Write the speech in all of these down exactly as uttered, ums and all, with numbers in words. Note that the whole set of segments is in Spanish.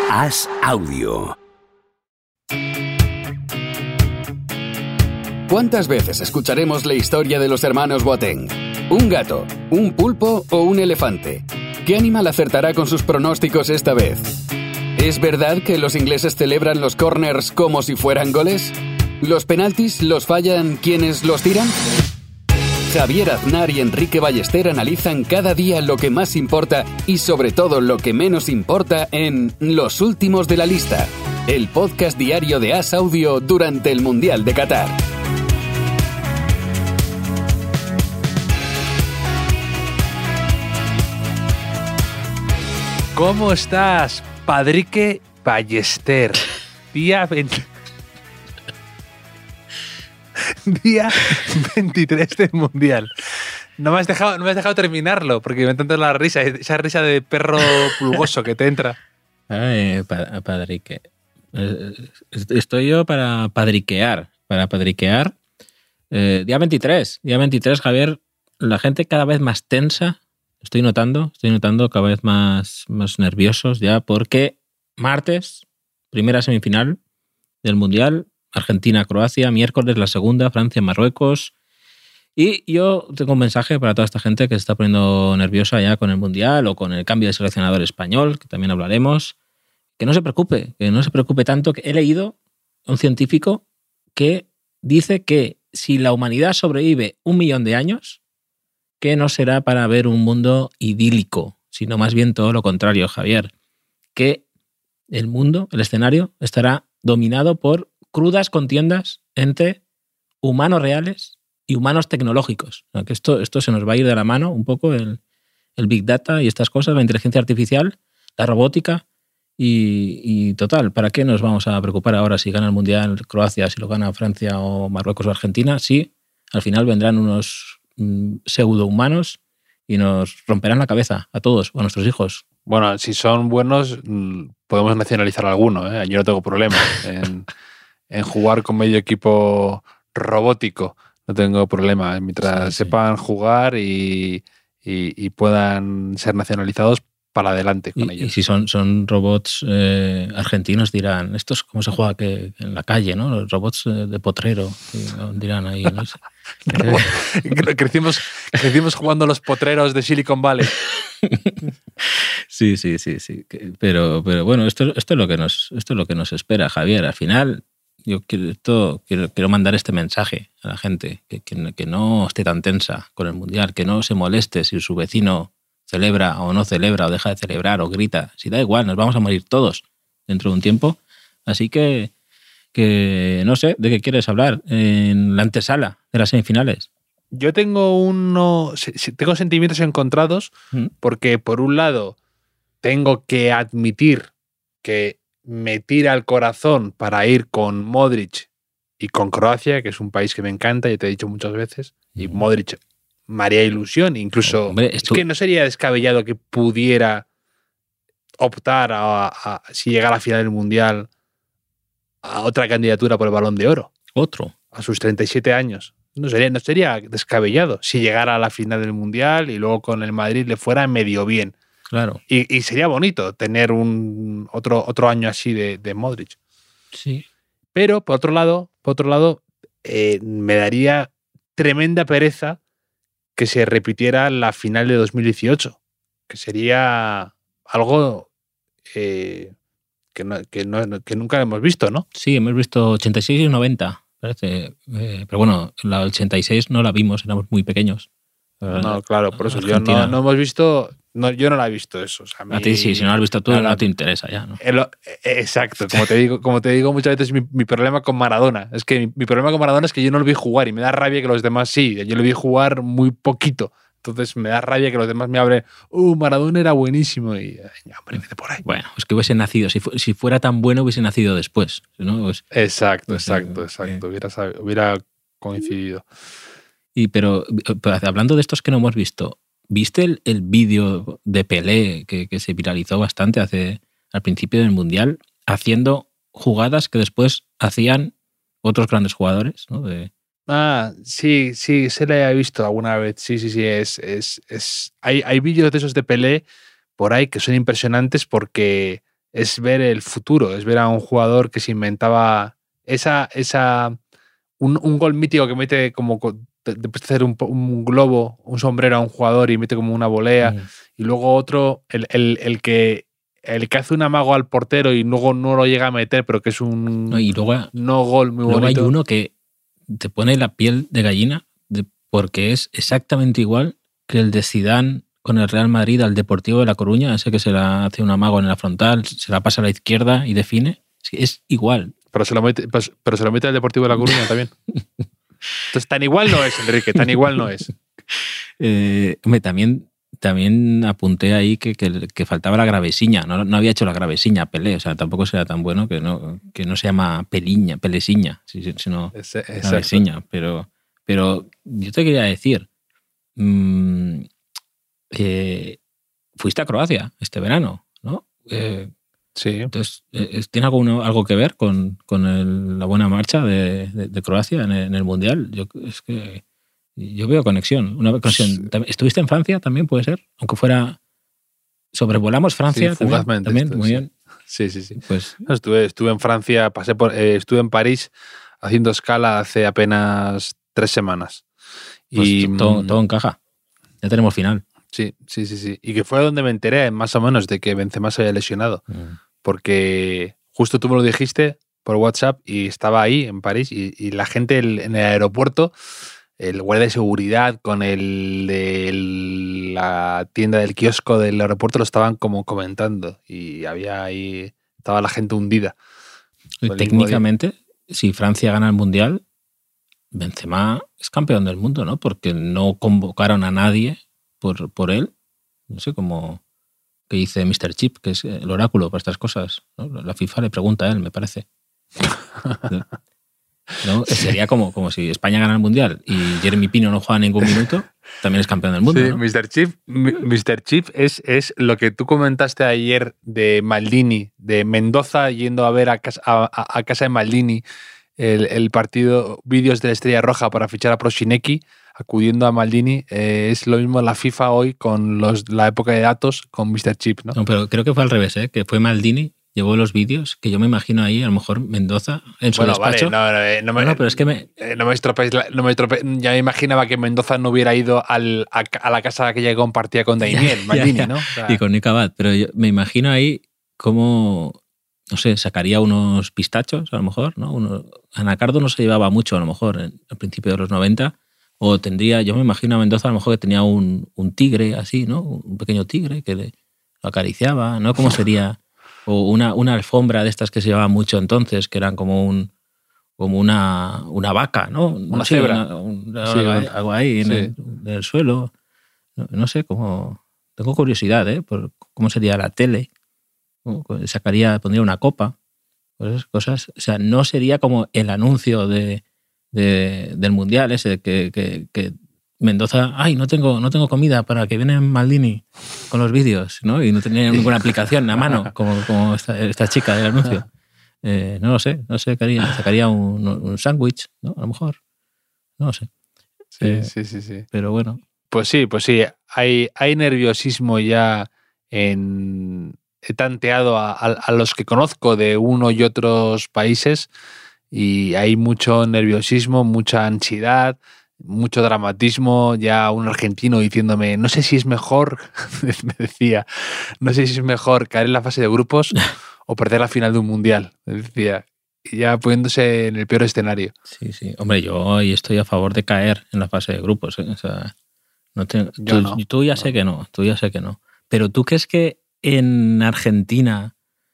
As Audio. ¿Cuántas veces escucharemos la historia de los hermanos Boateng? ¿Un gato, un pulpo o un elefante? ¿Qué animal acertará con sus pronósticos esta vez? ¿Es verdad que los ingleses celebran los corners como si fueran goles? ¿Los penaltis los fallan quienes los tiran? Javier Aznar y Enrique Ballester analizan cada día lo que más importa y sobre todo lo que menos importa en Los Últimos de la Lista, el podcast diario de As Audio durante el Mundial de Qatar. ¿Cómo estás, Padrique Ballester? Día veinte... Día veintitrés del Mundial. No me has dejado, no me has dejado terminarlo, porque me encanta la risa, esa risa de perro pulgoso que te entra. Ay, pa- Padrique. Estoy yo para padriquear. Para padriquear. Eh, día veintitrés. Día veintitrés, Javier. La gente cada vez más tensa. Estoy notando, estoy notando cada vez más, más nerviosos ya, porque martes, primera semifinal del Mundial, Argentina-Croacia, miércoles la segunda, Francia-Marruecos. Y yo tengo un mensaje para toda esta gente que se está poniendo nerviosa ya con el Mundial o con el cambio de seleccionador español, que también hablaremos. Que no se preocupe, que no se preocupe tanto. Que he leído a un científico que dice que si la humanidad sobrevive un millón de años, que no será para ver un mundo idílico, sino más bien todo lo contrario, Javier. Que el mundo, el escenario, estará dominado por crudas contiendas entre humanos reales y humanos tecnológicos. O sea, que esto, esto se nos va a ir de la mano un poco, el, el Big Data y estas cosas, la inteligencia artificial, la robótica y, y total, ¿para qué nos vamos a preocupar ahora si gana el Mundial Croacia, si lo gana Francia o Marruecos o Argentina? Sí, al final vendrán unos pseudo-humanos y nos romperán la cabeza a todos, o a nuestros hijos. Bueno, si son buenos, podemos nacionalizar alguno, ¿eh? Yo no tengo problema en, en jugar con medio equipo robótico. No tengo problema. Mientras sí, sí. sepan jugar y, y, y puedan ser nacionalizados, para adelante con y, ellos. Y si son, son robots eh, argentinos, dirán, esto es como se juega que en la calle, ¿no? Los robots de potrero, dirán ahí, ¿no? crecimos, crecimos jugando los potreros de Silicon Valley. Sí, sí, sí, sí. Pero, pero bueno, esto, esto, es lo que nos, esto es lo que nos espera, Javier. Al final, yo quiero, esto, quiero, quiero mandar este mensaje a la gente, que, que, que no esté tan tensa con el Mundial, que no se moleste si su vecino celebra o no celebra o deja de celebrar o grita. Si da igual, nos vamos a morir todos dentro de un tiempo. Así que, que no sé, ¿de qué quieres hablar en la antesala de las semifinales? Yo tengo uno, tengo sentimientos encontrados ¿Mm? Porque por un lado tengo que admitir que me tira el corazón para ir con Modric y con Croacia, que es un país que me encanta, ya te he dicho muchas veces, ¿Mm? Y Modric me haría ilusión, incluso Hombre, es que no sería descabellado que pudiera optar a, a, si llega a la final del Mundial, a otra candidatura por el Balón de Oro. Otro. A sus treinta y siete años. No sería, no sería descabellado si llegara a la final del Mundial y luego con el Madrid le fuera medio bien. Claro. Y, y sería bonito tener un otro, otro año así de, de Modric. Sí. Pero, por otro lado, por otro lado eh, me daría tremenda pereza que se repitiera la final de dos mil dieciocho, que sería algo eh, que, no, que, no, que nunca hemos visto, ¿no? Sí, hemos visto ochenta y seis y noventa, parece. Eh, pero bueno, la ochenta y seis no la vimos, éramos muy pequeños. No, claro, por eso yo no, no hemos visto... No, yo no la he visto eso. O sea, a, mí, a ti sí, si no la has visto tú, no, no te interesa ya, ¿no? El, exacto, como te digo, como te digo muchas veces mi, mi problema con Maradona. Es que mi, mi problema con Maradona es que yo no lo vi jugar y me da rabia que los demás sí. Yo lo vi jugar muy poquito. Entonces me da rabia que los demás me hablen, uh, Maradona era buenísimo. Y, ya, hombre, vete por ahí. Bueno, es que hubiese nacido, si, fu- si fuera tan bueno, hubiese nacido después, ¿no? Pues, exacto, exacto, exacto. Eh, hubiera, hubiera coincidido. Y pero, pero hablando de estos que no hemos visto, ¿viste el, el vídeo de Pelé que, que se viralizó bastante hace, al principio del Mundial, haciendo jugadas que después hacían otros grandes jugadores, ¿no? De... Ah, sí, sí, se le he visto alguna vez. Sí, sí, sí. Es, es, es... Hay, hay vídeos de esos de Pelé por ahí que son impresionantes porque es ver el futuro, es ver a un jugador que se inventaba esa, esa un, un gol mítico que mete como después de hacer un, un globo, un sombrero a un jugador y mete como una volea, mm. y luego otro, el, el, el que el que hace un amago al portero y luego no lo llega a meter, pero que es un no, y luego, no gol muy luego bonito. Hay uno que te pone la piel de gallina de, porque es exactamente igual que el de Zidane con el Real Madrid al Deportivo de La Coruña, ese que se la hace un amago en la frontal, se la pasa a la izquierda y define. Es, es igual. Pero se lo mete, pero se lo mete al Deportivo de La Coruña también. Entonces, tan igual no es, Enrique, tan igual no es. Eh, hombre, también, también apunté ahí que, que, que faltaba la gravesiña. No, no había hecho la gravesiña, Pelé. O sea, tampoco será tan bueno que no, que no se llama Peliña, Pelesiña, sino gravesiña. Pero, pero yo te quería decir, mmm, eh, fuiste a Croacia este verano, ¿no? Eh, sí. Entonces, ¿tiene algo, algo que ver con, con el, la buena marcha de, de, de Croacia en el, en el Mundial? Yo, es que yo veo conexión. Una conexión. ¿Estuviste en Francia también, puede ser? Aunque fuera... Sobrevolamos Francia sí, fugazmente, también. Esto, muy sí. bien. Sí, sí, sí. Pues, estuve, estuve en Francia, pasé por, eh, estuve en París haciendo escala hace apenas tres semanas. Pues y todo, todo encaja. Ya tenemos final. Sí, sí, sí, sí. Y que fue donde me enteré, más o menos, de que Benzema se había lesionado. Mm. Porque justo tú me lo dijiste por WhatsApp y estaba ahí en París y, y la gente en el aeropuerto, el guardia de seguridad con el de la tienda del kiosco del aeropuerto lo estaban como comentando y había ahí, estaba la gente hundida. Técnicamente, si Francia gana el Mundial, Benzema es campeón del mundo, ¿no? Porque no convocaron a nadie por, por él. No sé cómo... que dice mister Chip, que es el oráculo para estas cosas, ¿no? La FIFA le pregunta a él, me parece. ¿No? Sería como, como si España gana el Mundial y Jeremy Pino no juega ningún minuto, también es campeón del mundo. Sí, ¿no? mister Chip, mister Chip es, es lo que tú comentaste ayer de Maldini, de Mendoza yendo a ver a casa, a, a casa de Maldini el, el partido, vídeos de la Estrella Roja para fichar a Prosinecki, acudiendo a Maldini. Eh, es lo mismo la FIFA hoy con los, la época de datos con mister Chip, ¿no? No, pero creo que fue al revés, ¿eh? Que fue Maldini, llevó los vídeos, que yo me imagino ahí, a lo mejor Mendoza, en su bueno, despacho. Vale, no, no, no, me, no, pero es que me... Eh, no me estropeéis, no me estrope, ya me imaginaba que Mendoza no hubiera ido al, a, a la casa que ya compartía con Daimiel, Maldini, ¿no? O sea, y con Nick Abad, pero yo me imagino ahí cómo... no sé, sacaría unos pistachos, a lo mejor, ¿no? Uno, Anacardo no se llevaba mucho, a lo mejor, en, al principio de los noventa, o tendría, yo me imagino a Mendoza a lo mejor que tenía un, un tigre así, ¿no? Un pequeño tigre que le lo acariciaba, ¿no? ¿Cómo sería? O una, una alfombra de estas que se llevaban mucho entonces, que eran como un como una, una vaca, ¿no? Una no cebra. Sé, una, una, sí, algo, algo ahí en, sí. el, en el suelo. No, no sé, cómo... Tengo curiosidad, ¿eh? Por cómo sería la tele. Sacaría, pondría una copa, pues cosas, o sea, no sería como el anuncio de, de del Mundial ese que, que, que Mendoza, ay, no tengo, no tengo comida para que viene Maldini con los vídeos, ¿no? Y no tenía ninguna aplicación a mano, como, como esta, esta chica del anuncio. Eh, no lo sé, no sé qué haría, sacaría un, un sándwich, ¿no? A lo mejor, no lo sé. Sí, eh, sí, sí, sí. Pero bueno. Pues sí, pues sí, hay, hay nerviosismo ya en... He tanteado a, a, a los que conozco de uno y otros países y hay mucho nerviosismo, mucha ansiedad, mucho dramatismo. Ya un argentino diciéndome, no sé si es mejor, me decía, no sé si es mejor caer en la fase de grupos o perder la final de un mundial, me decía, ya poniéndose en el peor escenario. Sí, sí. Hombre, yo hoy estoy a favor de caer en la fase de grupos. ¿eh? O sea, no te, yo tú, no, tú ya no. sé que no, tú ya sé que no. Pero ¿tú crees que en Argentina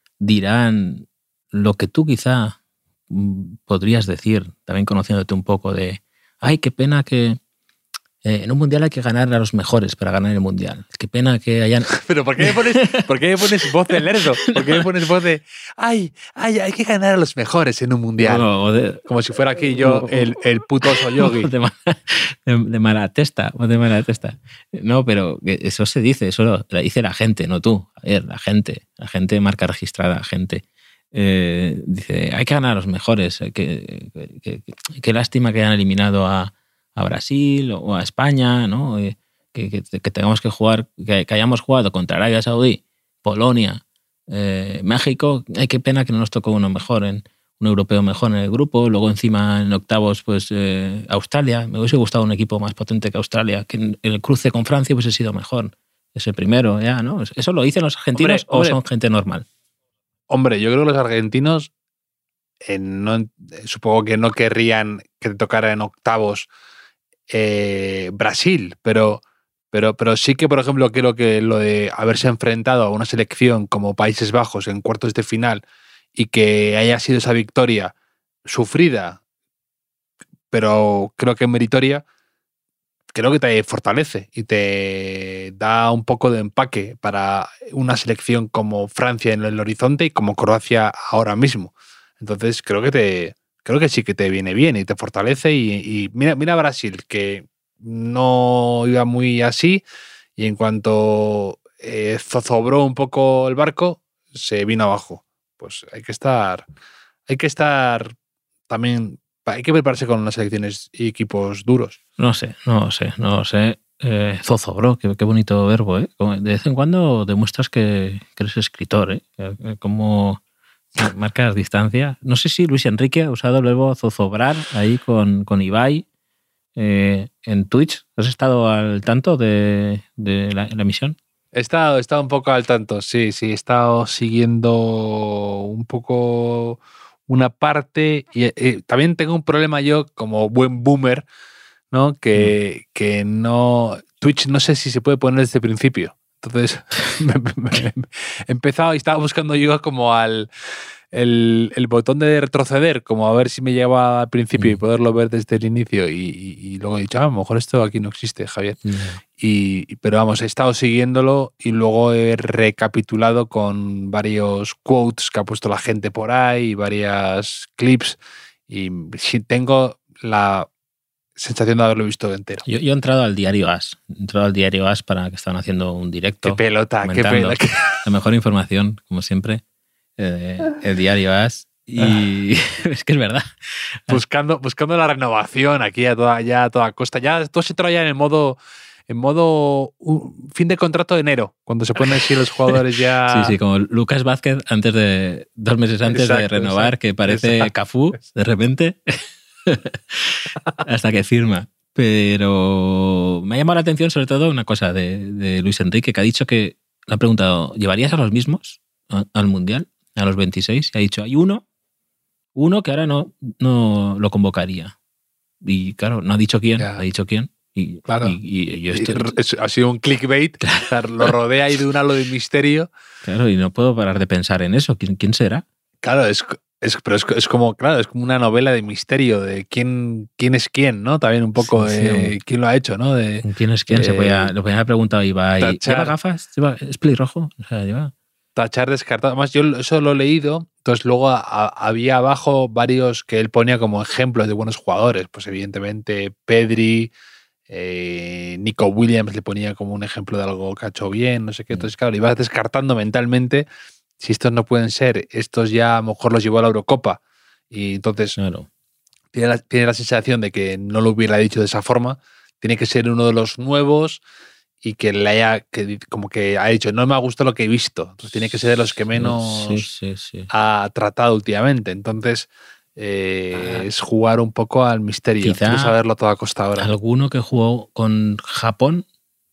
dirán lo que tú quizá podrías decir, también conociéndote un poco, de ay, qué pena que eh, en un mundial hay que ganar a los mejores para ganar el mundial? Qué pena que hayan... ¿Pero por qué me pones, por qué me pones voz de lerdo? ¿Por qué me pones voz de ay, ay, hay que ganar a los mejores en un mundial? No, o de, como si fuera aquí yo el, el puto Soyogi. De mala, de, de mala testa, o de mala testa. No, pero eso se dice, eso lo, lo dice la gente, no tú. A ver, la gente, la gente marca registrada, gente. Eh, dice, hay que ganar a los mejores. Qué que, que, que, que lástima que hayan eliminado a, a Brasil o a España, ¿no? Que, que, que tengamos que jugar, que, que hayamos jugado contra Arabia Saudí, Polonia Eh, México, ay, qué pena que no nos tocó uno mejor, en, un europeo mejor en el grupo. Luego encima en octavos, pues eh, Australia. Me hubiese gustado un equipo más potente que Australia, que en, en el cruce con Francia hubiese sido mejor. Ese primero, ya, ¿no? ¿Eso lo dicen los argentinos hombre, o hombre, son gente normal? Hombre, yo creo que los argentinos eh, no, supongo que no querrían que te tocara en octavos eh, Brasil, pero, pero, pero sí que, por ejemplo, creo que lo de haberse enfrentado a una selección como Países Bajos en cuartos de final y que haya sido esa victoria sufrida, pero creo que meritoria, creo que te fortalece y te da un poco de empaque para una selección como Francia en el horizonte y como Croacia ahora mismo. Entonces creo que te creo que sí que te viene bien y te fortalece. Y, y mira, mira Brasil, que no iba muy así, y en cuanto eh, zozobró un poco el barco, se vino abajo. Pues hay que estar, hay que estar también. Hay que prepararse con unas selecciones y equipos duros. No sé, no sé, no sé. Eh, zozobro, qué, qué bonito verbo, ¿eh? De vez en cuando demuestras que, que eres escritor, ¿eh? Como marcas distancia. No sé si Luis Enrique ha usado el verbo zozobrar ahí con, con Ibai eh, en Twitch. ¿Has estado al tanto de, de la, la emisión? He estado, he estado un poco al tanto, sí, sí. He estado siguiendo un poco una parte y eh, también tengo un problema yo como buen boomer, ¿no? Que, mm. que no... Twitch no sé si se puede poner desde el principio. Entonces me, me, me, he empezado y estaba buscando yo como al el, el botón de retroceder, como a ver si me lleva al principio mm. y poderlo ver desde el inicio, y, y, y luego he dicho, ah, a lo mejor esto aquí no existe, Javier. Mm. Y, pero vamos, he estado siguiéndolo y luego he recapitulado con varios quotes que ha puesto la gente por ahí y varias clips, y sí tengo la sensación de haberlo visto entero. Yo, yo he entrado al diario As, he entrado al diario As para que estaban haciendo un directo. Qué pelota, qué pelota. La mejor información, como siempre, eh, el diario As. Y es que es verdad. Buscando, buscando la renovación aquí a toda, ya a toda costa. Ya todo se trae ya en el modo... En modo uh, fin de contrato de enero, cuando se ponen así los jugadores ya... Sí, sí, como Lucas Vázquez antes de dos meses antes exacto, de renovar, exacto, que parece exacto. Cafú de repente, hasta que firma. Pero me ha llamado la atención sobre todo una cosa de, de Luis Enrique, que ha dicho que, le ha preguntado, ¿llevarías a los mismos a, al Mundial, a los veintiséis? Y ha dicho, hay uno, uno que ahora no, no lo convocaría. Y claro, no ha dicho quién, yeah. ha dicho quién. Y, claro. y, y yo estoy... Ha sido un clickbait, claro. Lo rodea ahí de un halo de misterio. Claro, y no puedo parar de pensar en eso. ¿Quién, quién será? Claro, es, es, pero es, es como claro, es como una novela de misterio de quién, quién es quién, ¿no? También un poco sí, de sí. quién lo ha hecho, ¿no? De, ¿Quién es quién? Eh, Se podía, lo podía haber preguntado a Ibai. Tachar, ¿Lleva gafas? ¿Lleva, ¿Es pelirrojo? O sea, lleva... Tachar descartado. Además, yo eso lo he leído. Entonces, luego a, a, había abajo varios que él ponía como ejemplos de buenos jugadores. Pues, evidentemente, Pedri... Eh, Nico Williams le ponía como un ejemplo de algo que ha hecho bien, no sé qué. Entonces, claro, ibas descartando mentalmente si estos no pueden ser, estos ya a lo mejor los llevó a la Eurocopa y entonces claro. tiene, la, tiene la sensación de que no lo hubiera dicho de esa forma. Tiene que ser uno de los nuevos y que le haya, que como que ha dicho, no me ha gustado lo que he visto. Entonces tiene que ser de los que menos sí, sí, sí. ha tratado últimamente. Entonces Eh, ah, es jugar un poco al misterio. Quizá quiero saberlo a toda costa ahora. Alguno que jugó con Japón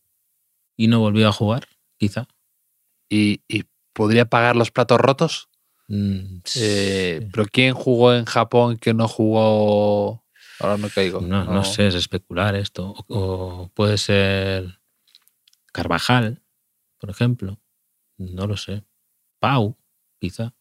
y no volvió a jugar, quizá. ¿Y, y podría pagar los platos rotos? Mm, eh, sí. ¿Pero quién jugó en Japón que no jugó? Ahora no caigo. No, no, no sé, es especular esto. O, o puede ser Carvajal, por ejemplo. No lo sé. Pau, quizá.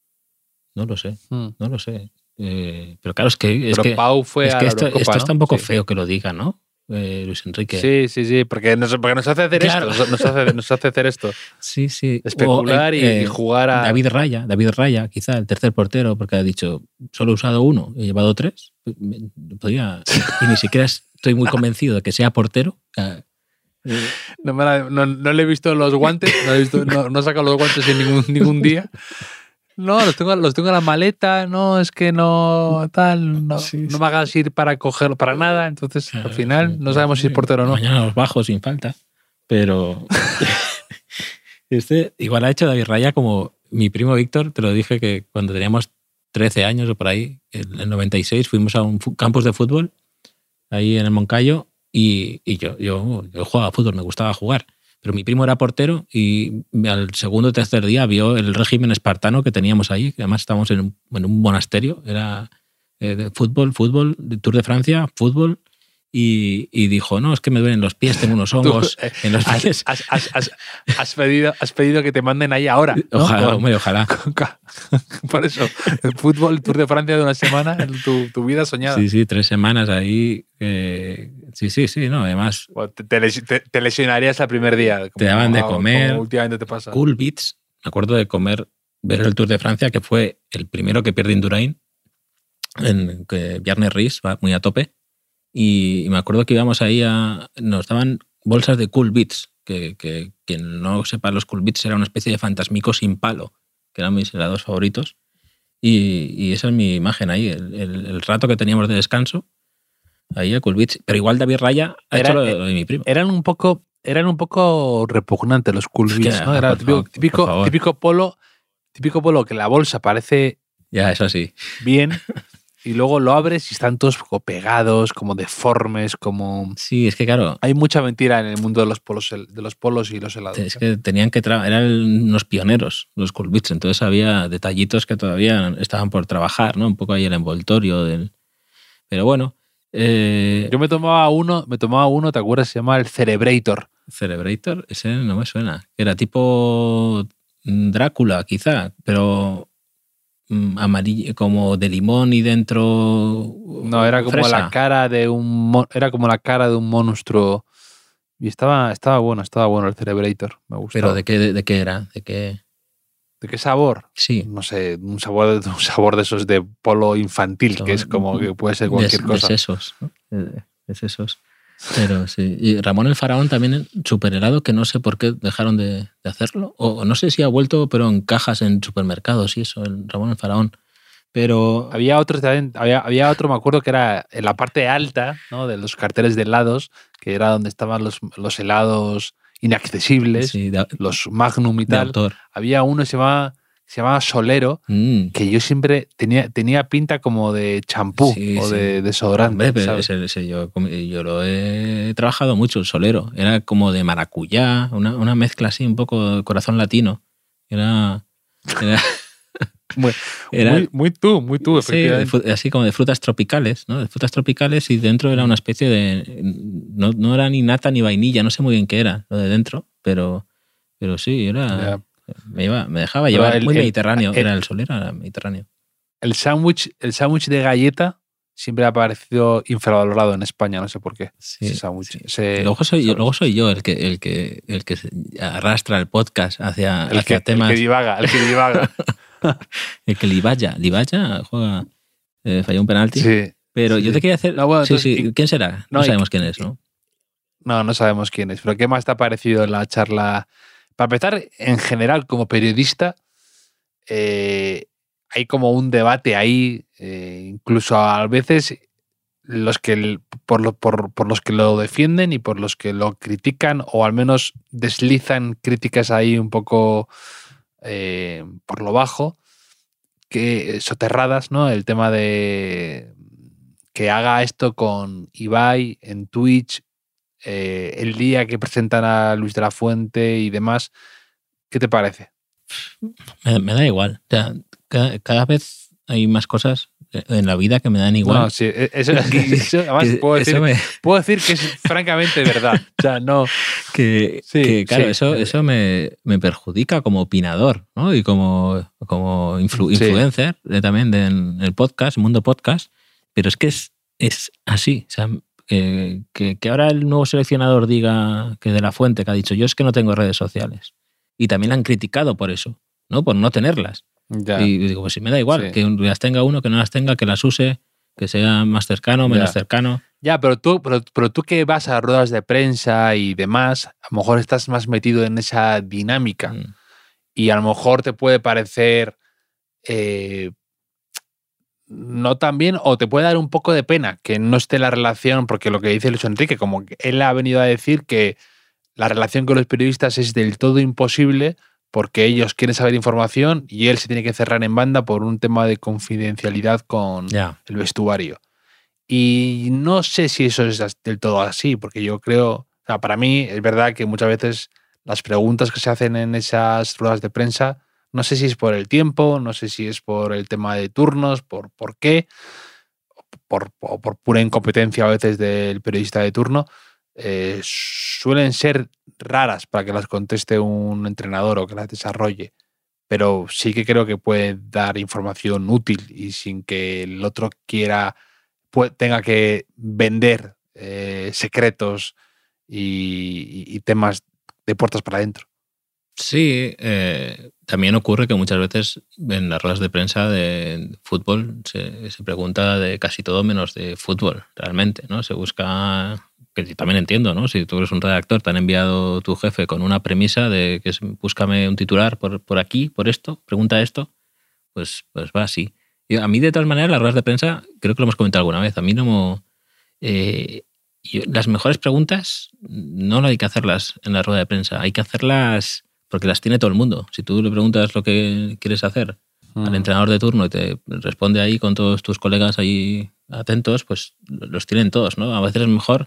No lo sé. Hmm. No lo sé. Eh, pero claro, es que, es pero que, Pau fue es a que la esto, Eurocopa, esto ¿no? está un poco sí. feo que lo diga, ¿no? Eh, Luis Enrique. Sí, sí, sí, porque nos, porque nos hace hacer claro. esto, nos hace, nos hace hacer esto. Sí, sí. Especular o, eh, y, y jugar a... David Raya, David Raya, quizá el tercer portero, porque ha dicho, solo he usado uno, he llevado tres. Podría, y ni siquiera estoy muy convencido de que sea portero. No, me la, no, no le he visto los guantes, no he, visto, no, no he sacado los guantes en ningún, ningún día. No, los tengo, los tengo en la maleta, no, es que no, tal, no, sí, sí. no me hagas ir para cogerlo para nada, entonces claro, al final sí, no sabemos sí, si es portero o no. Mañana los bajo sin falta, pero este igual ha hecho David Raya como mi primo Víctor, te lo dije que cuando teníamos trece años o por ahí, en el noventa y seis, fuimos a un campus de fútbol ahí en el Moncayo y, y yo, yo, yo jugaba a fútbol, me gustaba jugar. Pero mi primo era portero y al segundo o tercer día vio el régimen espartano que teníamos ahí, que además estábamos en un, en un monasterio, era eh, de fútbol, fútbol, de Tour de Francia, fútbol, y, y dijo, no, es que me duelen los pies, tengo unos hongos Tú, eh, en los pies. Has, has, has, has, pedido, has pedido que te manden ahí ahora, ¿no? Ojalá, Con, hombre, ojalá. Con, con, por eso, el fútbol, Tour de Francia de una semana, tu, tu vida soñada. Sí, sí, tres semanas ahí. Eh, sí, sí, sí, no, además. Bueno, te, te, te lesionarías el primer día. Como, te daban de comer. Como últimamente te pasa. Cool Beats, me acuerdo de comer, ver el Tour de Francia, que fue el primero que pierde Indurain, en que Viernes Ries va muy a tope. Y, y me acuerdo que íbamos ahí a. Nos daban bolsas de Cool Beats, que, que quien no sepa, los Cool Beats era una especie de fantasmico sin palo, que eran mis helados favoritos. Y, y esa es mi imagen ahí, el, el, el rato que teníamos de descanso. Ahí a Cool Beats. Pero igual David Raya ha Era, hecho lo, lo de mi primo. Eran un poco, eran un poco repugnantes los Cool Beats, es que, ¿no? Era típico, favor, típico, típico polo, típico polo que la bolsa parece ya, eso sí. bien y luego lo abres y están todos como pegados, como deformes, como. Sí, es que claro. Hay mucha mentira en el mundo de los polos, de los polos y los helados. Es que tenían que tra- eran unos pioneros los Cool Beats, entonces había detallitos que todavía estaban por trabajar, ¿no? Un poco ahí el envoltorio del. Pero bueno. Eh, Yo me tomaba uno, me tomaba uno, ¿te acuerdas? Se llama el Cerebrator. Cerebrator, ese no me suena. Era tipo Drácula, quizá, pero amarillo, como de limón y dentro. No, era como fresa. la cara de un era como la cara de un monstruo. Y estaba, estaba bueno, estaba bueno el Cerebrator. Me gustaba. ¿Pero de qué, de, de qué era? ¿De qué? ¿De qué sabor? Sí. No sé, un sabor, un sabor de esos de polo infantil, que es como que puede ser cualquier de, cosa. De sesos, ¿no? De, de sesos. Pero sí. Y Ramón el Faraón también, súper helado, que no sé por qué dejaron de, de hacerlo. O no sé si ha vuelto, pero en cajas en supermercados y eso, el Ramón el Faraón. Pero. Había otro, había, había otro, me acuerdo que era en la parte alta, ¿no? De los carteles de helados, que era donde estaban los, los helados inaccesibles, sí, de, los Magnum y tal. Autor. Había uno que se llamaba, se llamaba Solero, mm. que yo siempre tenía, tenía pinta como de champú sí, o sí. de desodorante. Hombre, pero ese, ese, yo, yo lo he trabajado mucho, el Solero. Era como de maracuyá, una, una mezcla así, un poco de corazón latino. Era. era Muy, era, muy, muy tú, muy tú, sí, de, así como de frutas tropicales, ¿no? De frutas tropicales y dentro era una especie de. No, no era ni nata ni vainilla, no sé muy bien qué era lo de dentro, pero, pero sí, era. Yeah. Me, iba, me dejaba pero llevar el, muy el, mediterráneo, el, era el Solero, era mediterráneo. El sándwich el sándwich de galleta siempre ha parecido infravalorado en España, no sé por qué. Sí, ese sándwich, sí. Ese, luego, soy yo, luego soy yo el que, el que, el que arrastra el podcast hacia, el hacia que, temas. El que divaga, el que divaga. El que Libaya, Libaya juega, eh, falló un penalti. Sí, pero sí. yo te quería hacer. No, bueno, sí, entonces, sí. ¿Quién será? No, no sabemos quién es, ¿no? No, no sabemos quién es. Pero ¿qué más te ha parecido la charla? Para empezar, en general, como periodista, eh, hay como un debate ahí, eh, incluso a veces los que por, lo, por, por los que lo defienden y por los que lo critican, o al menos deslizan críticas ahí un poco. Eh, por lo bajo, que soterradas, ¿no? El tema de que haga esto con Ibai en Twitch, eh, el día que presentan a Luis de la Fuente y demás. ¿Qué te parece? Me, me da igual. O sea, cada, cada vez hay más cosas en la vida que me dan igual. No, sí, eso, eso además puedo decir, me... puedo decir que es francamente verdad. O sea, no. Que, sí, que claro, sí. eso, eso me, me perjudica como opinador, ¿no? Y como, como influ, sí. influencer de, también de, en el podcast, mundo podcast. Pero es que es, es así. O sea, que, que, que ahora el nuevo seleccionador diga que de la Fuente, que ha dicho, yo es que no tengo redes sociales. Y también la han criticado por eso, ¿no? Por no tenerlas. Ya. Y digo, pues si me da igual, sí. que las tenga uno, que no las tenga, que las use, que sea más cercano, menos ya. cercano. Ya, pero tú, pero, pero tú que vas a ruedas de prensa y demás, a lo mejor estás más metido en esa dinámica. Mm. Y a lo mejor te puede parecer eh, no tan bien, o te puede dar un poco de pena que no esté la relación, porque lo que dice Luis Enrique, como que él ha venido a decir que la relación con los periodistas es del todo imposible, porque ellos quieren saber información y él se tiene que cerrar en banda por un tema de confidencialidad con Ya. el vestuario. Y no sé si eso es del todo así, porque yo creo, o sea, para mí es verdad que muchas veces las preguntas que se hacen en esas ruedas de prensa, no sé si es por el tiempo, no sé si es por el tema de turnos, por, por qué, por, o por pura incompetencia a veces del periodista de turno, eh, suelen ser raras para que las conteste un entrenador o que las desarrolle. Pero sí que creo que puede dar información útil y sin que el otro quiera, puede, tenga que vender eh, secretos y, y temas de puertas para adentro. Sí, eh, también ocurre que muchas veces en las ruedas de prensa de fútbol se, se pregunta de casi todo menos de fútbol, realmente, ¿no? Se busca, que también entiendo, ¿no? Si tú eres un redactor, te han enviado tu jefe con una premisa de que es búscame un titular por, por aquí, por esto, pregunta esto, pues, pues va así. Y a mí, de todas maneras, las ruedas de prensa, creo que lo hemos comentado alguna vez, a mí no me... Eh, yo, las mejores preguntas no hay que hacerlas en la rueda de prensa, hay que hacerlas... porque las tiene todo el mundo. Si tú le preguntas lo que quieres hacer mm. al entrenador de turno y te responde ahí con todos tus colegas ahí atentos, pues los tienen todos, ¿no? A veces es mejor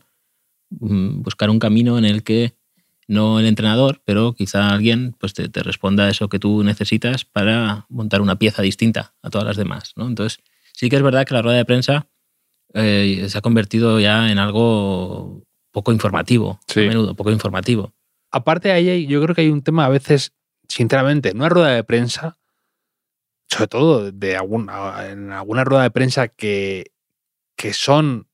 buscar un camino en el que no el entrenador, pero quizá alguien pues te, te responda eso que tú necesitas para montar una pieza distinta a todas las demás, ¿no? Entonces, sí que es verdad que la rueda de prensa eh, se ha convertido ya en algo poco informativo, sí. a menudo poco informativo. Aparte de ahí, yo creo que hay un tema a veces, sinceramente, en una rueda de prensa, sobre todo de alguna, en alguna rueda de prensa que, que son,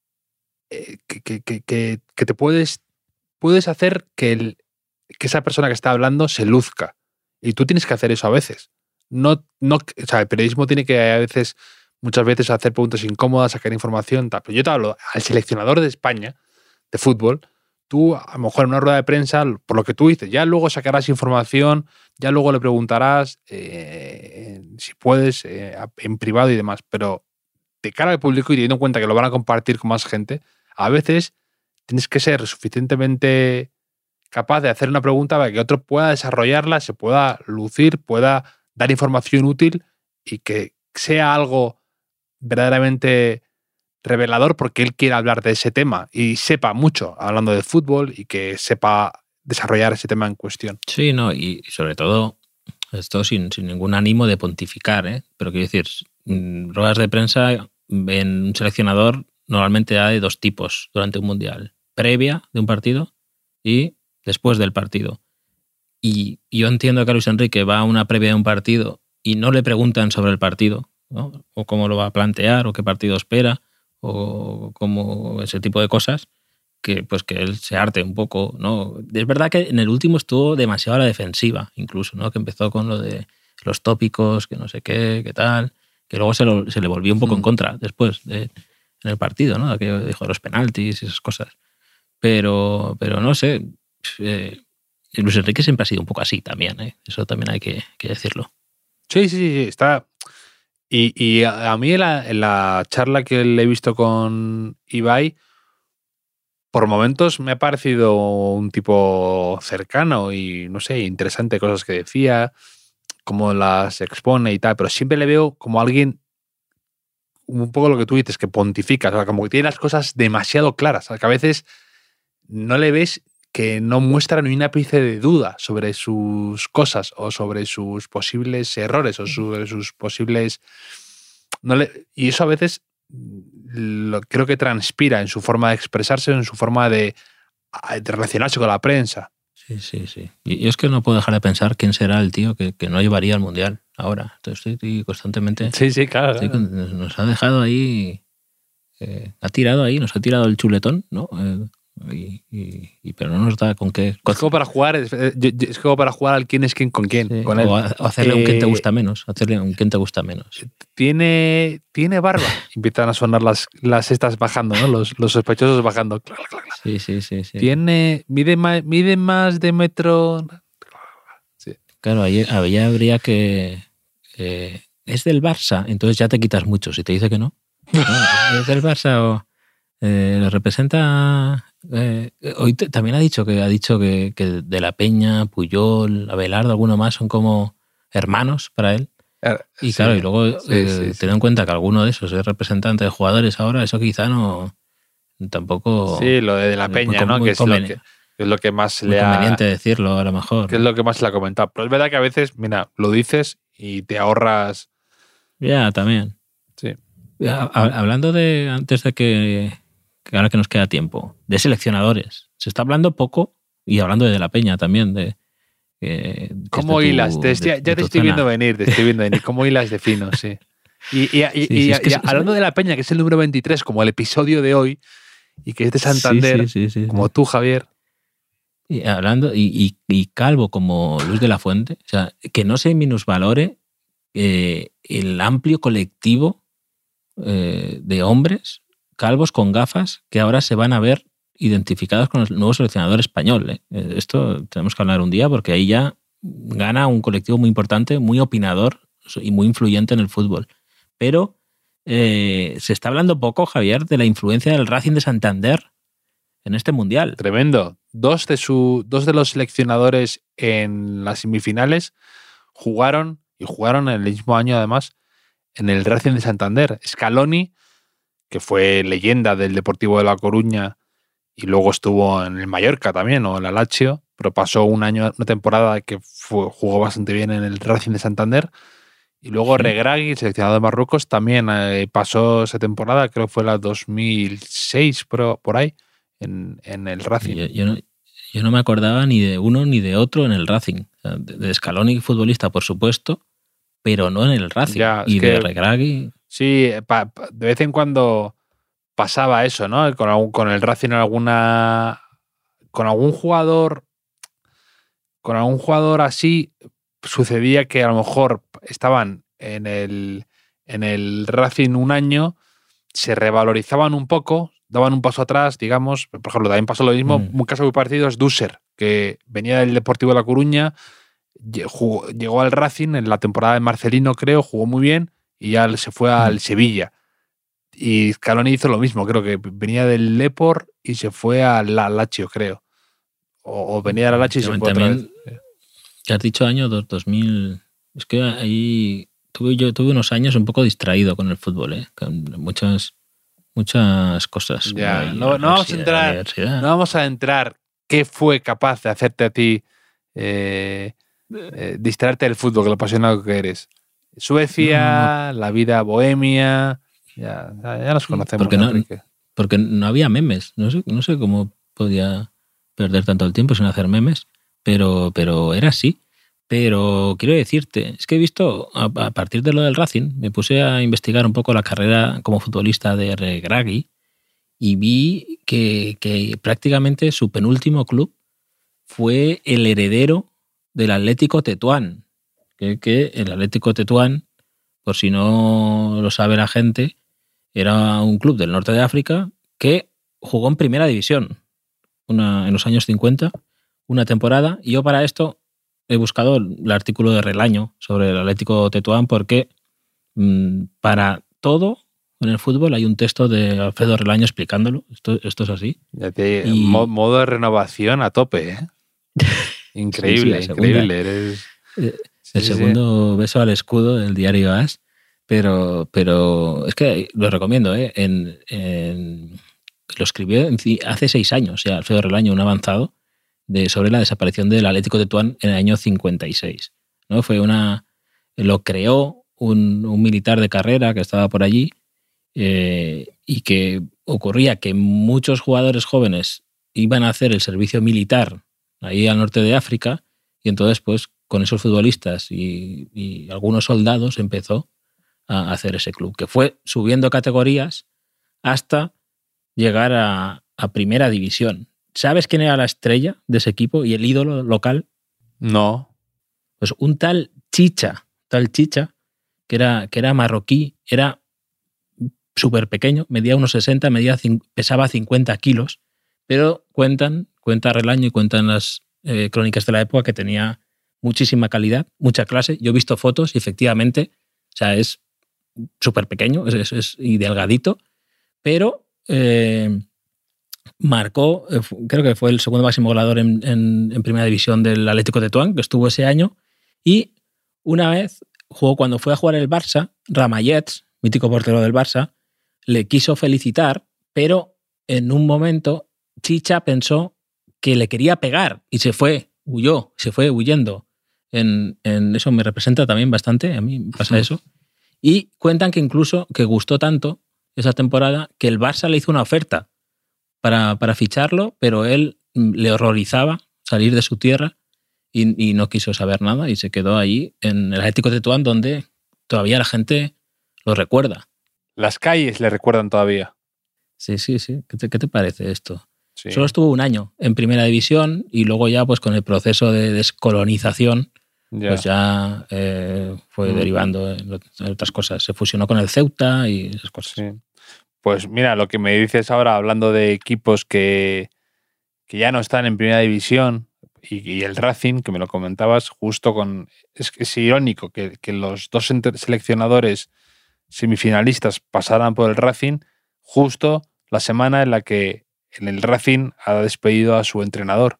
eh, que, que, que, que te puedes, puedes hacer que, el, que esa persona que está hablando se luzca. Y tú tienes que hacer eso a veces. No, no, o sea, el periodismo tiene que a veces, muchas veces hacer preguntas incómodas, sacar información, tal. Pero yo te hablo al seleccionador de España, de fútbol. Tú, a lo mejor en una rueda de prensa, por lo que tú dices, ya luego sacarás información, ya luego le preguntarás eh, si puedes, eh, en privado y demás, pero de cara al público y teniendo en cuenta que lo van a compartir con más gente, a veces tienes que ser suficientemente capaz de hacer una pregunta para que otro pueda desarrollarla, se pueda lucir, pueda dar información útil y que sea algo verdaderamente revelador porque él quiere hablar de ese tema y sepa mucho hablando de fútbol y que sepa desarrollar ese tema en cuestión. Sí, no, y sobre todo esto sin, sin ningún ánimo de pontificar, ¿eh? Pero quiero decir, ruedas de prensa en un seleccionador normalmente hay dos tipos durante un mundial: previa de un partido y después del partido. Y yo entiendo que Luis Enrique va a una previa de un partido y no le preguntan sobre el partido, ¿no? O cómo lo va a plantear, o qué partido espera, o como ese tipo de cosas, que pues que él se arte un poco, ¿no? Es verdad que en el último estuvo demasiado a la defensiva, incluso, ¿no? Que empezó con lo de los tópicos, que no sé qué, qué tal, que luego se, lo, se le volvió un poco mm. en contra después de, en el partido, ¿no? Aquello dijo los penaltis y esas cosas. Pero, pero no sé, eh, Luis Enrique siempre ha sido un poco así también, ¿eh? Eso también hay que, que decirlo. Sí, sí, sí, está... Y, y a, a mí en la, en la charla que le he visto con Ibai, por momentos me ha parecido un tipo cercano y, no sé, interesante cosas que decía, cómo las expone y tal, pero siempre le veo como alguien, un poco lo que tú dices, que pontifica, o sea, como que tiene las cosas demasiado claras, o sea, que a veces no le ves que no muestra ni un ápice de duda sobre sus cosas o sobre sus posibles errores o sobre sus posibles... No le, y eso a veces lo, creo que transpira en su forma de expresarse, en su forma de, de relacionarse con la prensa. Sí, sí, sí. Y yo es que no puedo dejar de pensar quién será el tío que, que no llevaría al Mundial ahora. Entonces estoy constantemente... Sí, sí, claro. Estoy, claro. Nos ha dejado ahí... Eh, ha tirado ahí, nos ha tirado el chuletón, ¿no? Eh, Y, y, y, pero no nos da con qué. Es como para jugar, es, es como para jugar al quién es quién con quién. Sí, con o, él. o hacerle eh, un quién te gusta menos. Hacerle un quién te gusta menos. Tiene, tiene barba. Empiezan a sonar las, las estas bajando, ¿no? Los, los sospechosos bajando. Sí, sí, sí, sí. Tiene, mide, más, mide más de metro. Sí. Claro, ahí, ahí habría que. Eh, es del Barça, entonces ya te quitas mucho. Si te dice que no, no es del Barça o. Eh, representa Eh, hoy te, también ha dicho que ha dicho que, que De la Peña, Puyol, Abelardo, alguno más son como hermanos para él. Y sí, claro, y luego sí, eh, sí, sí. ten en cuenta que alguno de esos es representante de jugadores ahora, eso quizá no tampoco. Sí, lo de, de la Peña, muy, ¿no? muy Que es, lo que, conveni- que es lo que más muy le conveniente ha. decirlo a lo mejor. Que es lo que más le ha comentado. Pero es verdad que a veces, mira, lo dices y te ahorras. Ya, también. Sí. Ya, a- hablando de, antes de que, que ahora que nos queda tiempo, de seleccionadores. Se está hablando poco, y hablando de De la Peña también, de. Eh, ¿Cómo tu, hilas? Te de, estoy, ya de te tu estoy zona. viendo venir, te estoy viendo venir. ¿Cómo hilas de fino? Sí. Y, y, y, Sí, y- sí, es que y es- hablando de la Peña, que es el número veintitrés, como el episodio de hoy, y que es de Santander, sí, sí, sí, sí, como sí. tú, Javier. Y hablando, y, y, y calvo como Luis de la Fuente, o sea, que no se minusvalore eh, el amplio colectivo eh, de hombres calvos con gafas que ahora se van a ver identificados con el nuevo seleccionador español. ¿eh? Esto tenemos que hablar un día porque ahí ya gana un colectivo muy importante, muy opinador y muy influyente en el fútbol. Pero eh, se está hablando poco, Javier, de la influencia del Racing de Santander en este mundial. Tremendo. Dos de, su, dos de los seleccionadores en las semifinales jugaron, y jugaron en el mismo año además, en el Racing de Santander. Scaloni, que fue leyenda del Deportivo de La Coruña y luego estuvo en el Mallorca también, o en el Lazio, pero pasó un año, una temporada que fue, jugó bastante bien en el Racing de Santander. Y luego Sí. Regragui, seleccionado de Marruecos, también eh, pasó esa temporada, creo que fue la dos mil seis, por, por ahí, en, en el Racing. Yo, yo, no, yo no me acordaba ni de uno ni de otro en el Racing. O sea, de, de Scaloni, futbolista, por supuesto, pero no en el Racing. Ya, es y que, de Regragui. Sí, pa, pa, de vez en cuando pasaba eso, ¿no? Con, algún, con el Racing alguna. Con algún jugador. Con algún jugador así sucedía que a lo mejor estaban en el, en el Racing un año, se revalorizaban un poco, daban un paso atrás, digamos. Por ejemplo, también pasó lo mismo, Mm. un caso muy parecido es Dusser, que venía del Deportivo de La Coruña, jugó, llegó al Racing en la temporada de Marcelino, creo, jugó muy bien y ya se fue al Mm. Sevilla. Y Scaloni hizo lo mismo, creo que venía del Lepor y se fue al Lazio, creo. O, o venía del Lazio y se fue otra vez. Que has dicho año dos mil. Es que ahí tuve yo tuve unos años un poco distraído con el fútbol, ¿eh? Con muchas muchas cosas. Ya, Ahí, no, no vamos a entrar, universidad. no vamos a entrar qué fue capaz de hacerte a ti eh, eh, distraerte del fútbol, que lo apasionado que eres. Suecia, No, no. la vida bohemia, ya, ya nos Sí, conocemos, porque no, Enrique. porque no había memes. No sé, no sé cómo podía perder tanto el tiempo sin hacer memes, pero, pero era así. Pero quiero decirte, es que he visto, a, a partir de lo del Racing, me puse a investigar un poco la carrera como futbolista de Regragui y vi que, que prácticamente su penúltimo club fue el heredero del Atlético Tetuán. Que, que el Atlético Tetuán, por si no lo sabe la gente, era un club del norte de África que jugó en primera división una, en los años cincuenta, una temporada, y yo para esto he buscado el artículo de Relaño sobre el Atlético Tetuán porque mmm, para todo en el fútbol hay un texto de Alfredo Relaño explicándolo. Esto, esto es así. Ya te, Y- modo de renovación a tope, ¿eh? Increíble, Sí, sí, la segunda. increíble. Eres, Eh, sí, el sí, segundo beso al escudo del diario As, pero, pero es que lo recomiendo, ¿eh? En, en- lo escribió en- hace seis años, ya Alfredo Relaño, un avanzado, de, sobre la desaparición del Atlético de Tetuán en el año cincuenta y seis. ¿No? Fue una, lo creó un, un militar de carrera que estaba por allí eh, y que ocurría que muchos jugadores jóvenes iban a hacer el servicio militar ahí al norte de África y entonces pues con esos futbolistas y, y algunos soldados empezó a hacer ese club, que fue subiendo categorías hasta llegar a, a primera división. ¿Sabes quién era la estrella de ese equipo y el ídolo local? no. Pues un tal Chicha, tal Chicha, que era, que era marroquí, era súper pequeño, medía unos sesenta, medía, pesaba cincuenta kilos, pero cuentan, cuenta Relaño y cuentan las eh, crónicas de la época que tenía muchísima calidad, mucha clase. Yo he visto fotos y efectivamente, o sea, es súper pequeño es, es, es, y delgadito, pero eh, marcó, creo que fue el segundo máximo goleador en, en, en primera división del Atlético de Tetuán, que estuvo ese año, y una vez jugó cuando fue a jugar el Barça, Ramallets, mítico portero del Barça, le quiso felicitar, pero en un momento Chicha pensó que le quería pegar y se fue, huyó, se fue huyendo. En, en eso me representa también bastante, a mí me pasa eso. Y cuentan que incluso que gustó tanto esa temporada que el Barça le hizo una oferta para, para ficharlo, pero él le horrorizaba salir de su tierra y, y no quiso saber nada y se quedó ahí en el Atlético de Tetuán, donde todavía la gente lo recuerda. Las calles le recuerdan todavía. Sí, sí, sí. ¿Qué te, qué te parece esto? Sí. Solo estuvo un año en primera división y luego ya pues con el proceso de descolonización ya. pues ya eh, fue mm. derivando en otras cosas. Se fusionó con el Ceuta y esas cosas. Sí. Pues mira, lo que me dices ahora, hablando de equipos que, que ya no están en primera división y, y el Racing, que me lo comentabas, justo con... Es, es irónico que, que los dos seleccionadores semifinalistas pasaran por el Racing justo la semana en la que en el Racing ha despedido a su entrenador,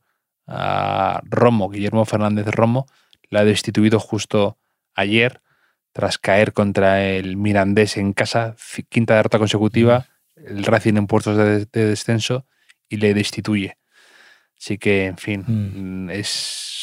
a Romo, Guillermo Fernández Romo, le ha destituido justo ayer tras caer contra el Mirandés en casa, quinta derrota consecutiva, el Racing en puestos de, de descenso y le destituye. Así que, en fin, mm. es,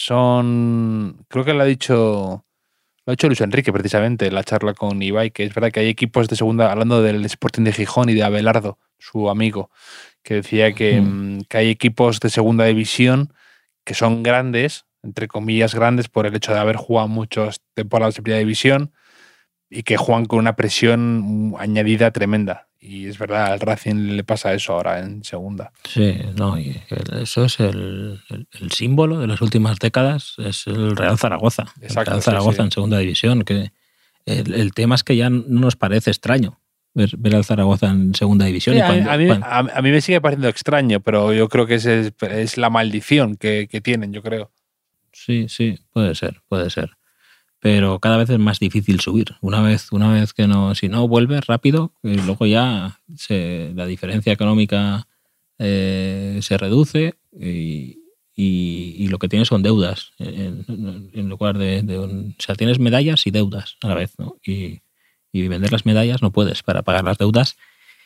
son... Creo que lo ha dicho... Lo ha hecho Luis Enrique precisamente en la charla con Ibai, que es verdad que hay equipos de segunda, hablando del Sporting de Gijón y de Abelardo, su amigo, que decía que, mm. que hay equipos de segunda división que son grandes, entre comillas grandes, por el hecho de haber jugado muchas temporadas de primera división y que juegan con una presión añadida tremenda. Y es verdad, al Racing le pasa eso ahora en segunda. Sí, no, y eso es el, el, el símbolo de las últimas décadas, es el Real Zaragoza. Exacto, el Real Zaragoza sí, sí. en segunda división. Que el, el tema es que ya no nos parece extraño ver, ver al Zaragoza en segunda división. Sí, y cuando, a, mí, cuando... a, a mí me sigue pareciendo extraño, pero yo creo que es, es, es la maldición que, que tienen, yo creo. Sí, sí, puede ser, puede ser. Pero cada vez es más difícil subir. Una vez, una vez que no, si no vuelves rápido, y luego ya se, la diferencia económica eh, se reduce y, y, y lo que tienes son deudas en, en lugar de, de un, o sea, tienes medallas y deudas a la vez, ¿no? Y, y vender las medallas no puedes para pagar las deudas.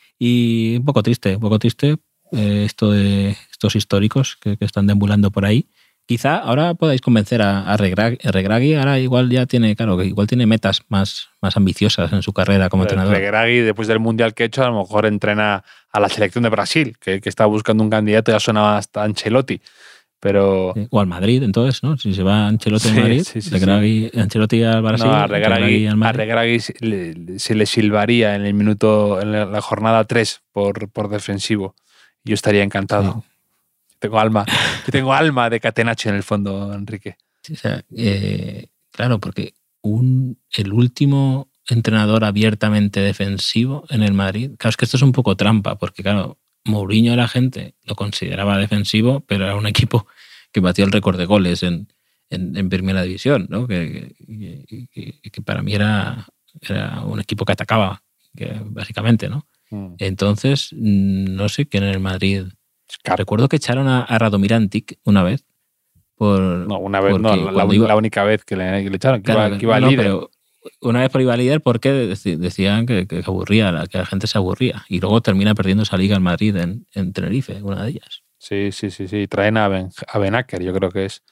Y un poco triste, un poco triste eh, esto de estos históricos que, que están deambulando por ahí. Quizá ahora podáis convencer a, a Regragui, ahora igual ya tiene, claro, que igual tiene metas más, más ambiciosas en su carrera como Pero entrenador. Regragui, después del Mundial que ha hecho, a lo mejor entrena a la selección de Brasil, que, que está buscando un candidato, ya sonaba hasta Ancelotti. Pero... Sí, o al Madrid, entonces, ¿no? Si se va Ancelotti al sí, Madrid, sí, sí, Regragui, sí. Ancelotti al Brasil, no, a Regragui, al a Regragui se, le, se le silbaría en el minuto, en la jornada tres por, por defensivo. Yo estaría encantado. Sí. Tengo alma, yo tengo alma de Catenaccio en el fondo, Enrique. Sí, o sea, eh, claro, porque un, el último entrenador abiertamente defensivo en el Madrid, claro, es que esto es un poco trampa, porque claro, Mourinho la gente lo consideraba defensivo, pero era un equipo que batió el récord de goles en, en, en primera división, ¿no? Que, que, que, que para mí era, era un equipo que atacaba, que, básicamente, ¿no? Mm. Entonces, no sé quién en el Madrid... Recuerdo que echaron a, a Radomir Antic una vez. Por, no, una vez no, la, iba, la única vez que le, que le echaron, que, claro, iba, que iba no, líder. Pero una vez por iba líder porque decían que, que aburría, que la gente se aburría. Y luego termina perdiendo esa liga en Madrid, en, en Tenerife, una de ellas. Sí, sí, sí, sí. Traen a, ben, a Benaker, yo creo que es.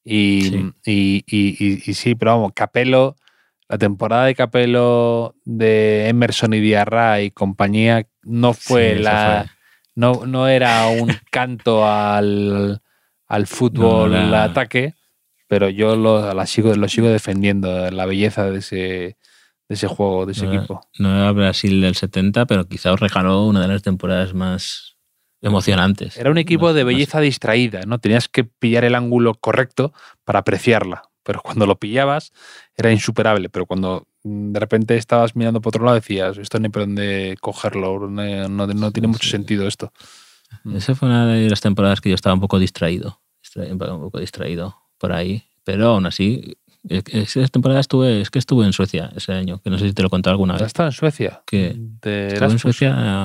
Y sí. Y, y, y, y sí, pero vamos, Capello, la temporada de Capello de Emerson y Diarra y compañía no fue sí, la... Fue. No, no era un canto al, al fútbol, no, no era... al ataque, pero yo lo, la sigo, lo sigo defendiendo, la belleza de ese, de ese juego, de ese no, equipo. No era Brasil del setenta, pero quizá os regaló una de las temporadas más emocionantes. Era un equipo más, de belleza más... distraída, ¿no? Tenías que pillar el ángulo correcto para apreciarla, pero cuando lo pillabas era insuperable, pero cuando de repente estabas mirando por otro lado y decías, esto no hay por dónde cogerlo, no, no, no tiene mucho sí. sentido esto. Esa fue una de las temporadas que yo estaba un poco distraído, un poco distraído por ahí, pero aún así, esa temporada estuve, es que estuve en Suecia ese año, que no sé si te lo he contado alguna vez. ¿Has estado en Suecia? Que estuve en Suecia,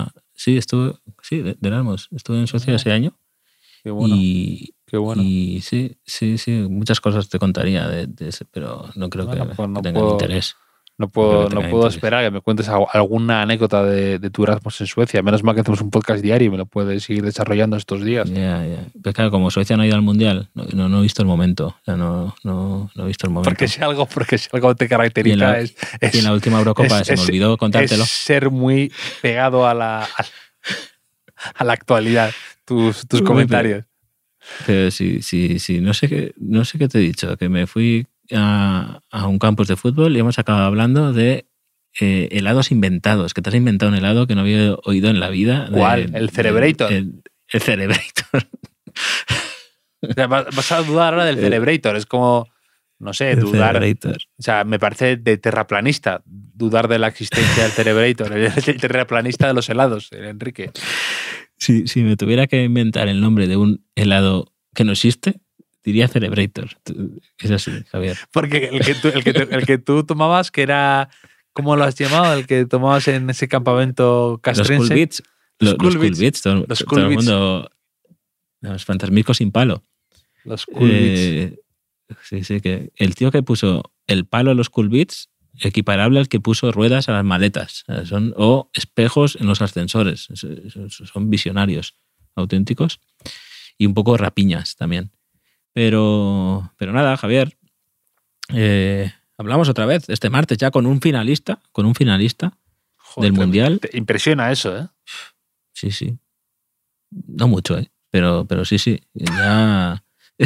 Sí, estuve, sí, de, de Erasmus. Estuve en Suecia ese año. Qué bueno. Y, Qué bueno. y sí, sí, sí, muchas cosas te contaría de, de ese, pero no creo Bueno, que, pues no que tengan puedo- interés. No puedo, Creo que no tenga puedo interés. esperar que me cuentes al- alguna anécdota de, de tu Erasmus en Suecia. Menos mal que hacemos un podcast diario y me lo puedes seguir desarrollando estos días. Ya, ya. Pero claro, como Suecia no ha ido al Mundial, no, no, no he visto el momento. O sea, no, no, no he visto el momento. Porque si algo, porque si algo te caracteriza Y en la- es, es- Y en la última Eurocopa es- se me es- olvidó contártelo. es ser muy pegado a la, a, a la actualidad, tus, tus Uy, comentarios. Pero sí, sí, sí, no sé qué, no sé qué te he dicho, que me fui a, a un campus de fútbol y hemos acabado hablando de eh, helados inventados, que te has inventado un helado que no había oído en la vida. de- ¿Cuál? ¿El de- Cerebrator? El, el Cerebrator. O sea, vas vas a dudar ahora del El- Cerebrator. Es como, no sé, El dudar. Cerebrator. O sea, me parece de terraplanista dudar de la existencia del Cerebrator. El, el terraplanista de los helados, el Enrique. Si, si me tuviera que inventar el nombre de un helado que no existe, diría Cerebrator. Tú- Es así, Javier. Porque el que, tú, el, que, tú- el que tú tomabas, que era. ¿Cómo lo has llamado? El que tomabas en ese campamento Los castrense. Cool Beats. Los Los, Cool los Cool Beats. Beats. Todo, Los todo Cool el Beats. mundo. Los fantasmicos sin palo. Los Cool Beats. Eh, sí, sí, que el tío que puso el palo a los Cool Beats, equiparable al que puso ruedas a las maletas. O sea, son, o espejos en los ascensores. Es- es- Son visionarios auténticos. Y un poco rapiñas también. Pero, pero nada, Javier. eh, hablamos otra vez este martes ya con un finalista. Con un finalista. Joder, del te- Mundial. te impresiona eso, ¿eh? Sí, sí. No mucho, ¿eh? Pero, pero sí, sí. Ya.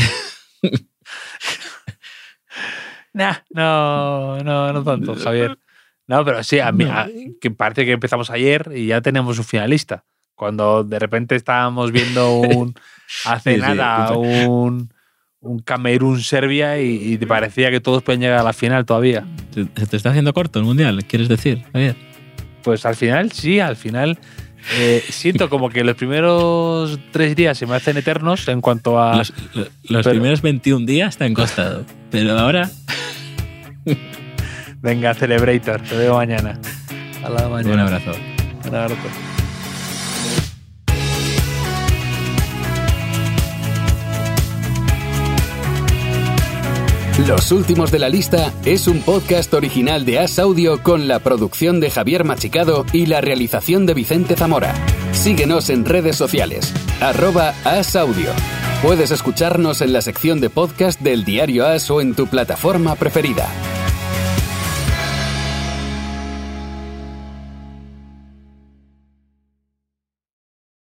Nah, no, no, no tanto, Javier. No, pero sí, a mí No. a- que parece que empezamos ayer y ya tenemos un finalista. Cuando de repente estábamos viendo un hace Sí, sí, nada un, un Camerún-Serbia y, y te parecía que todos pueden llegar a la final todavía. ¿Se se te está haciendo corto el Mundial? ¿Quieres decir, Javier? Pues al final, sí, al final eh, siento como que los primeros tres días se me hacen eternos en cuanto a... Los, lo- los pero- primeros veintiún días te han costado. Pero ahora, Venga, Celebrator, te veo mañana. A la mañana. un abrazo. Un abrazo. Los últimos de la lista es un podcast original de As Audio con la producción de Javier Machicado y la realización de Vicente Zamora. Síguenos en redes sociales, arroba As Audio. Puedes escucharnos en la sección de podcast del diario As o en tu plataforma preferida.